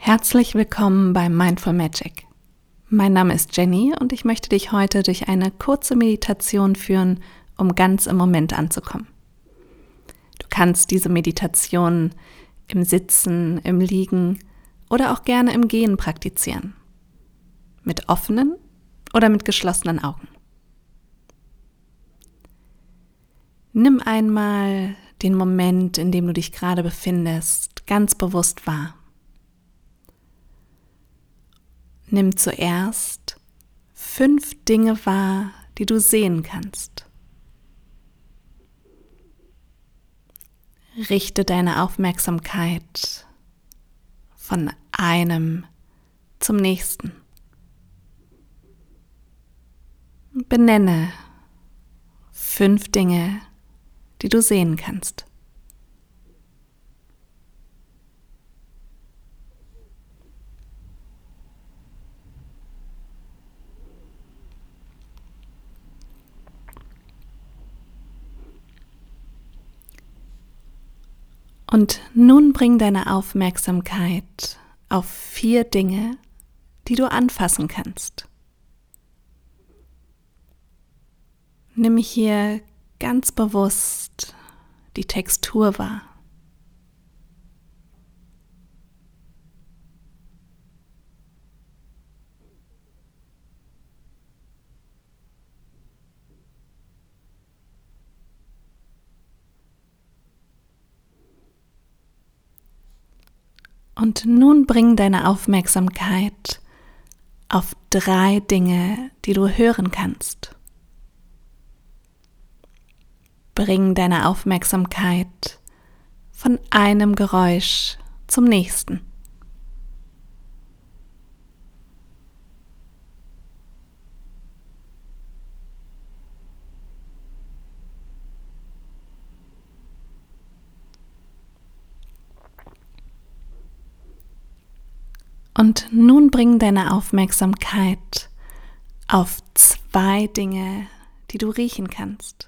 Herzlich willkommen bei Mindful Magic. Mein Name ist Jenny und ich möchte dich heute durch eine kurze Meditation führen, um ganz im Moment anzukommen. Du kannst diese Meditation im Sitzen, im Liegen oder auch gerne im Gehen praktizieren. Mit offenen oder mit geschlossenen Augen. Nimm einmal den Moment, in dem du dich gerade befindest, ganz bewusst wahr. Nimm zuerst 5 Dinge wahr, die du sehen kannst. Richte deine Aufmerksamkeit von einem zum nächsten. Benenne 5 Dinge, die du sehen kannst. Und nun bring deine Aufmerksamkeit auf 4 Dinge, die du anfassen kannst. Nimm hier ganz bewusst die Textur wahr. Und nun bring deine Aufmerksamkeit auf 3 Dinge, die du hören kannst. Bring deine Aufmerksamkeit von einem Geräusch zum nächsten. Und nun bring deine Aufmerksamkeit auf 2 Dinge, die du riechen kannst.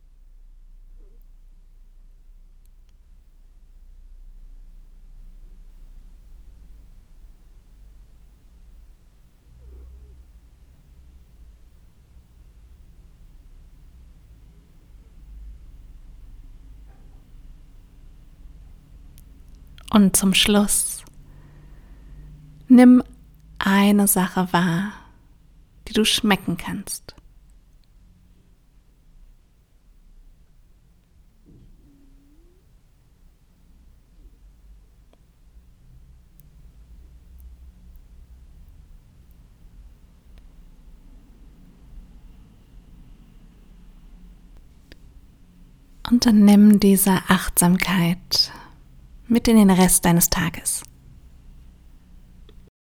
Und zum Schluss nimm eine Sache wahr, die du schmecken kannst. Und dann nimm diese Achtsamkeit mit in den Rest deines Tages.